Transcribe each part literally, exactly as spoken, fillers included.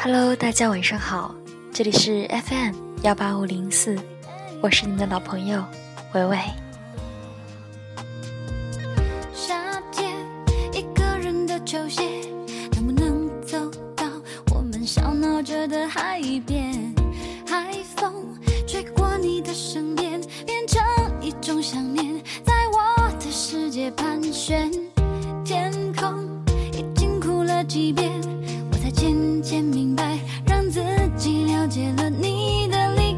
Hello， 大家晚上好，这里是 F M 一八五零四，我是你们的老朋友维维。 夏天一个人的球鞋，能不能走到我们笑闹着的海边？海风吹过你的身边，变成一种想念，在我的世界盘旋。天空已经哭了几遍，我才渐渐明白，让自己了解了你的离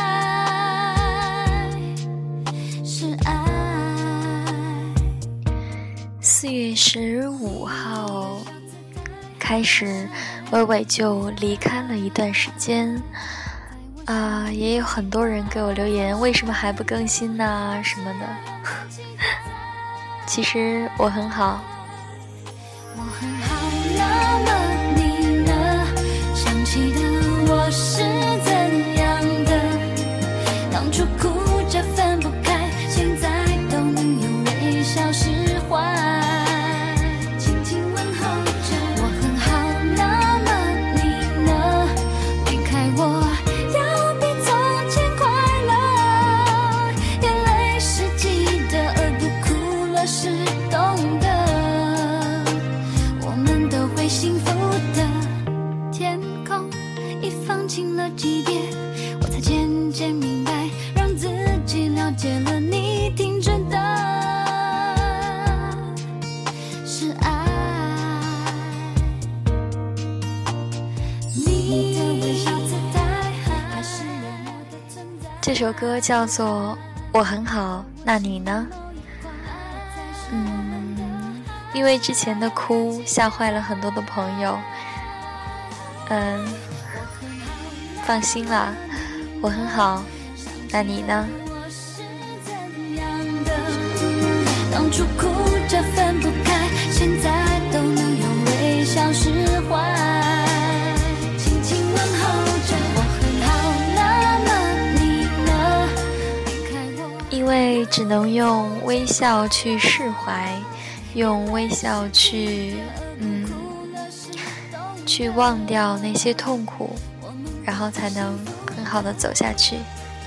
开是爱。 四月十五号开始，伟伟就离开了一段时间啊、呃，也有很多人给我留言，为什么还不更新呢？什么的。其实我很好。 我很好，那么你呢？想起的我是怎样的？当初哭着分不开，现在都能用微笑释怀。轻轻问候着，我很好，那么你呢？离开我要比从前快乐，眼泪是记得，而不哭了是懂得。幸福的天空已放晴了几遍，我才渐渐明白，让自己了解了你停止的是爱。你的微笑姿态还是我的存在。 这首歌叫做《我很好，那你呢》。嗯因为之前的哭吓坏了很多的朋友，嗯，放心啦，我很好，那你呢？ 当初哭着分不开，现在都能用微笑释怀。轻轻问候着，我很好，那么你呢？离开我， 因为只能用微笑去释怀。用微笑去嗯去忘掉那些痛苦，然后才能很好的走下去。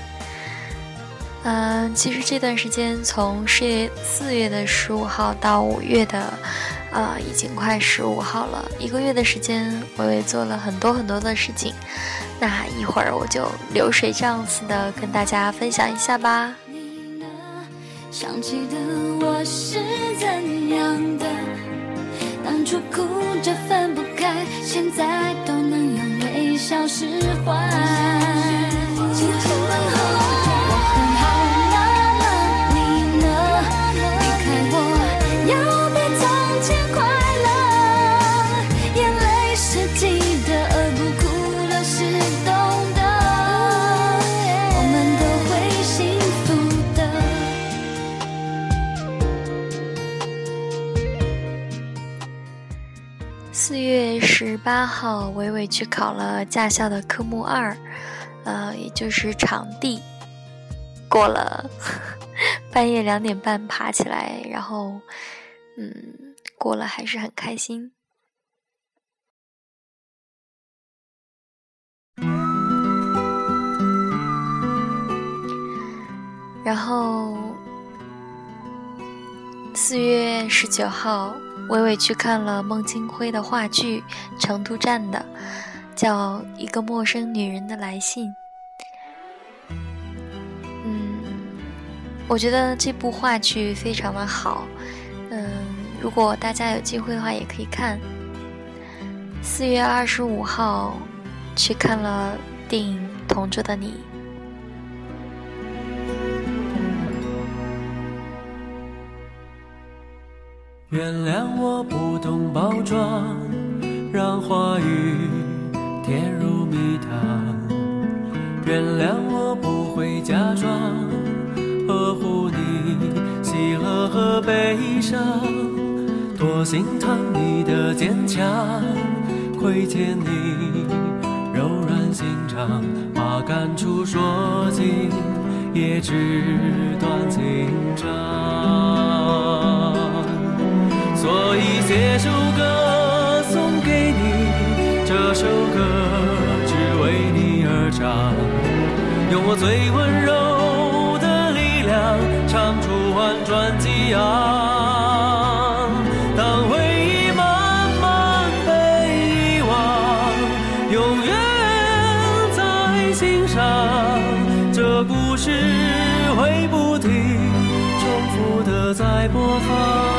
嗯、呃，其实这段时间从四月四月的十五号到五月的呃已经快十五号了，一个月的时间，微微做了很多很多的事情。那一会儿我就流水账似的跟大家分享一下吧。 想起的我是怎样的？当初哭着分不开，现在都能用微笑释怀。轻轻问候着，我很好，那么你呢？离开我要比从前快乐，眼泪是记得，而不哭了是懂得，我们都会幸福的。 四月十八号，伟伟去考了驾校的科目二，呃，也就是场地，过了，半夜两点半爬起来，然后，嗯，过了还是很开心。然后，四月十九号。伟伟去看了孟京辉的话剧《成都站》的，叫《一个陌生女人的来信》。嗯，我觉得这部话剧非常的好。嗯，如果大家有机会的话，也可以看。四月二十五号去看了电影《同桌的你》。 原谅我不懂包装，让话语甜如蜜糖。原谅我不会假装呵护你喜乐和悲伤，多心疼你的坚强，亏欠你柔软心肠，把感触说尽也只断情长。所以写首歌送给你，这首歌用我最温柔的力量唱出婉转激昂。当回忆慢慢被遗忘，永远在心上，这故事会不停重复的在播放。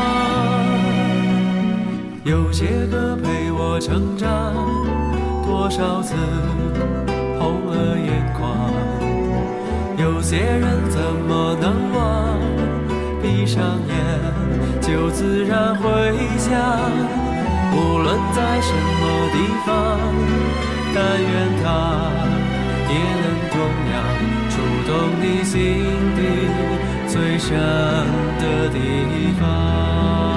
有些歌陪我成长，多少次红了眼眶，有些人怎么能忘，闭上眼就自然回想。无论在什么地方，但愿它也能同样触动你心底最深的地方。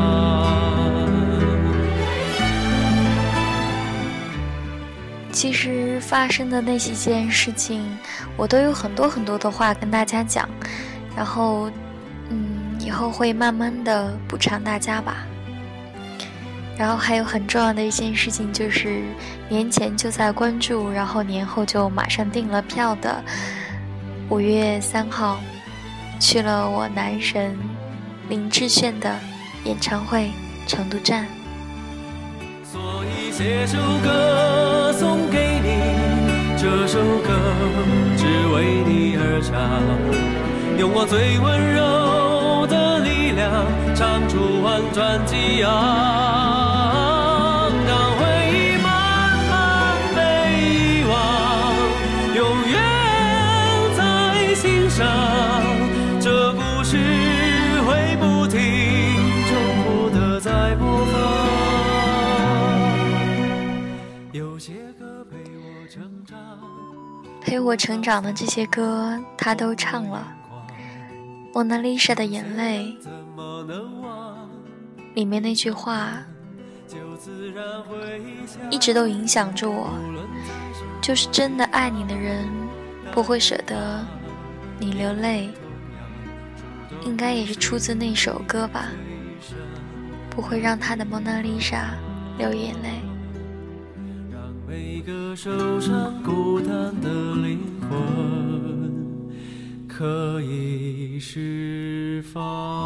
其实发生的那几件事情，我都有很多很多的话跟大家讲，然后嗯，以后会慢慢的补偿大家吧。然后还有很重要的一件事情，就是年前就在关注，然后年后就马上订了票的五月三号去了我男神林志炫的演唱会成都站。 所以写首歌送给你，这首歌只为你而唱，用我最温柔的力量唱出婉转激昂。让回忆慢慢被遗忘，永远在心上，这故事会不停重复的在播放。 陪我成长的这些歌他都唱了。蒙娜丽莎的眼泪里面那句话一直都影响着我，就是真的爱你的人不会舍得你流泪，应该也是出自那首歌吧，不会让他的蒙娜丽莎流眼泪。 每个受伤孤单的灵魂可以释放。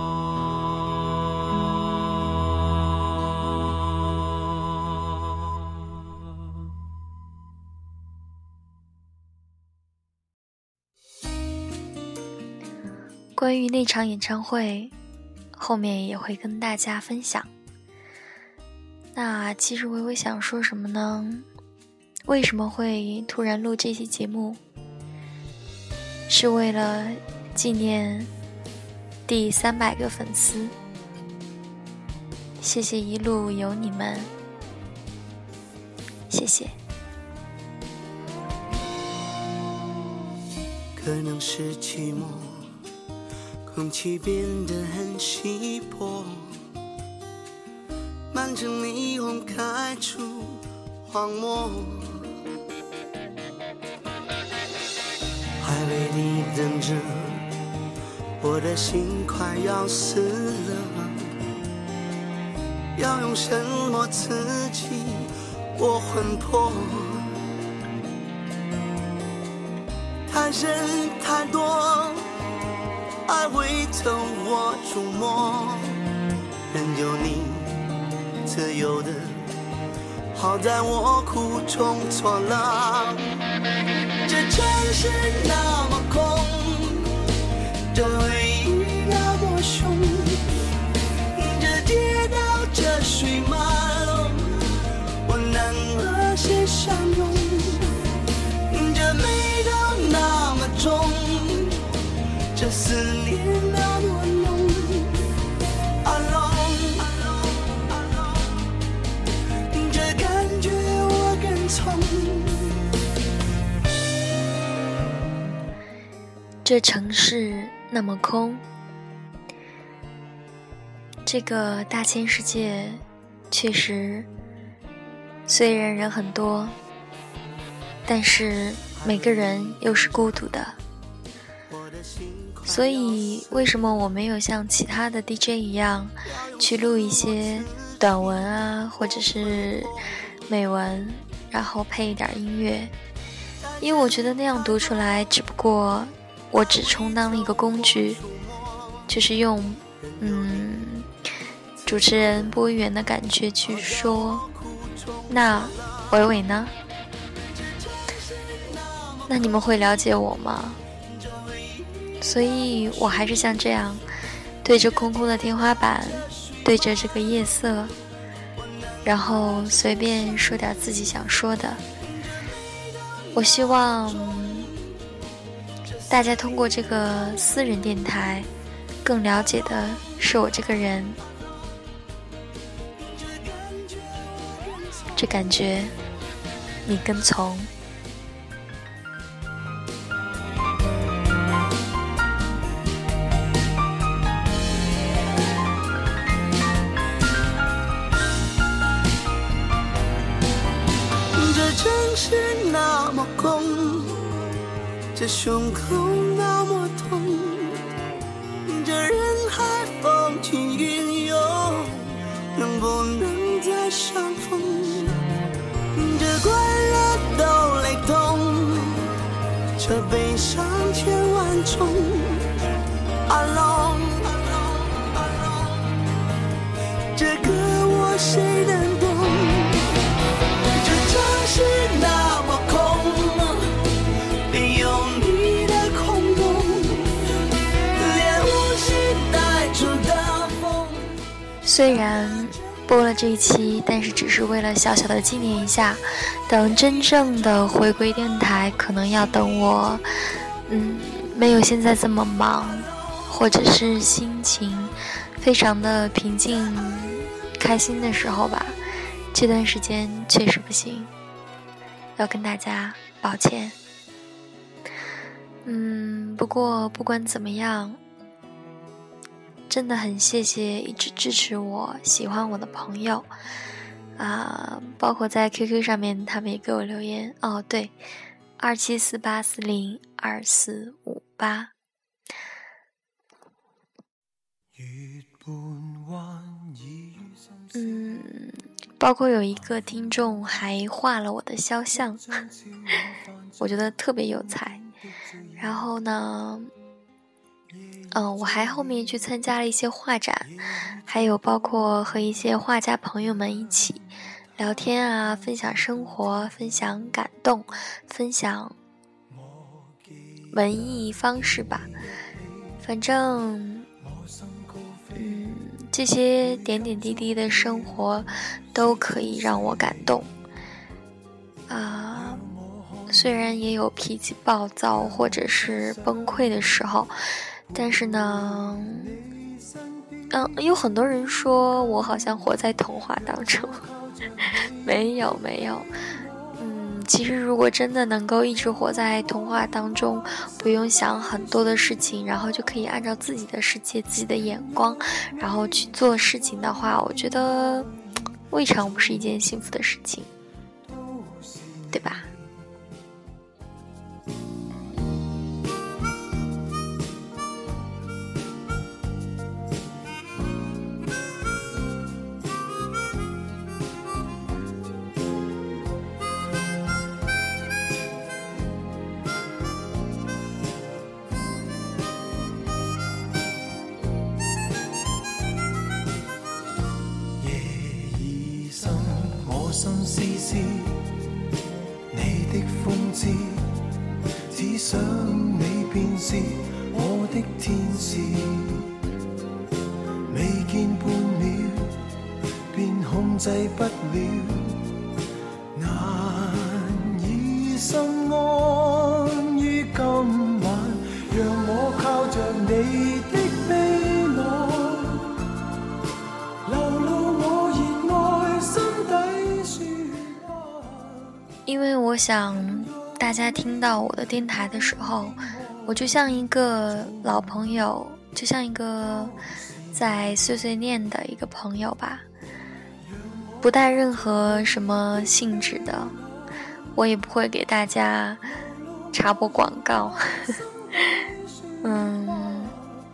关于那场演唱会，后面也会跟大家分享。那其实微微想说什么呢？为什么会突然录这期节目？是为了纪念第三百个粉丝。谢谢一路有你们，谢谢。 可能是寂寞，空气变得很稀薄，满城霓虹开出荒漠，还为你等着，我的心快要死了，要用什么刺激我魂魄？太深太多，爱会从我触摸，任由你自由的，好在我苦中作乐。这城市那么空，这回忆那么凶，这街道这水马龙，我能和谁相拥？这美到那么重，这思念那么浓。Alone, alone, 这感觉我更从。 这城市那么空，这个大千世界确实虽然人很多，但是每个人又是孤独的。所以为什么我没有像其他的 D J 一样去录一些短文啊，或者是美文，然后配一点音乐？ 因为我觉得那样读出来，只不过我只充当了一个工具，就是用嗯主持人播音员的感觉去说。那伟伟呢？那你们会了解我吗？所以我还是像这样，对着空空的天花板，对着这个夜色，然后随便说点自己想说的。我希望大家通过这个私人电台更了解的是我这个人，这感觉你跟从。 这城市那么空，这胸口那么痛，这人海风起云涌，能不能再相逢？这快乐都雷同，这悲伤千万种。Alone， 这个我谁能懂？这城市那么空，没有你的空洞，连呼吸带出的风。 虽然播了这一期，但是只是为了小小的纪念一下，等真正的回归电台，可能要等我嗯没有现在这么忙，或者是心情非常的平静开心的时候吧。这段时间确实不行，要跟大家抱歉。嗯，不过不管怎么样，真的很谢谢一直支持我、喜欢我的朋友啊，包括在 Q Q 上面他们也给我留言哦，对，二七四八四零二四五八。嗯，包括有一个听众还画了我的肖像，我觉得特别有才。然后呢，嗯，我还后面去参加了一些画展，还有包括和一些画家朋友们一起聊天啊，分享生活，分享感动，分享文艺方式吧。反正嗯，这些点点滴滴的生活都可以让我感动啊。虽然也有脾气暴躁或者是崩溃的时候，但是呢，嗯，有很多人说我好像活在童话当中，没有没有，嗯，其实如果真的能够一直活在童话当中，不用想很多的事情，然后就可以按照自己的世界、自己的眼光，然后去做事情的话，我觉得未尝不是一件幸福的事情，对吧？ 心思思你的風姿，只想你便是我的天使，未見半秒便控制不了，難以心安於今晚，讓我靠着你的臂膀流露我熱愛心底。 因为我想大家听到我的电台的时候，我就像一个老朋友，就像一个在碎碎念的一个朋友吧，不带任何什么性质的，我也不会给大家插播广告嗯，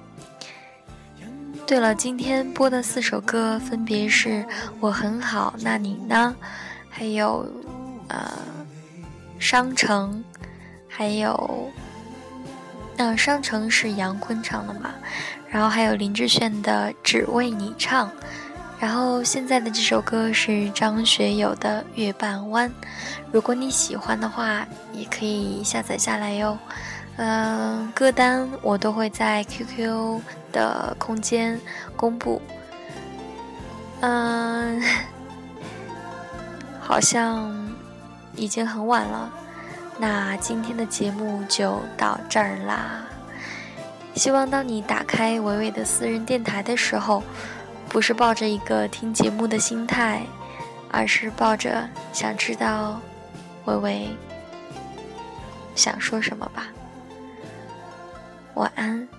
对了，今天播的四首歌分别是我很好，那你呢，还有呃商城， 还有嗯、呃，上城是杨坤唱的嘛，然后还有林志炫的只为你唱，然后现在的这首歌是张学友的月半弯，如果你喜欢的话也可以下载下来哟。嗯、呃，歌单我都会在 Q Q 的空间公布。嗯、呃，好像已经很晚了，那今天的节目就到这儿啦。希望当你打开伟伟的私人电台的时候，不是抱着一个听节目的心态，而是抱着想知道伟伟想说什么吧。晚安。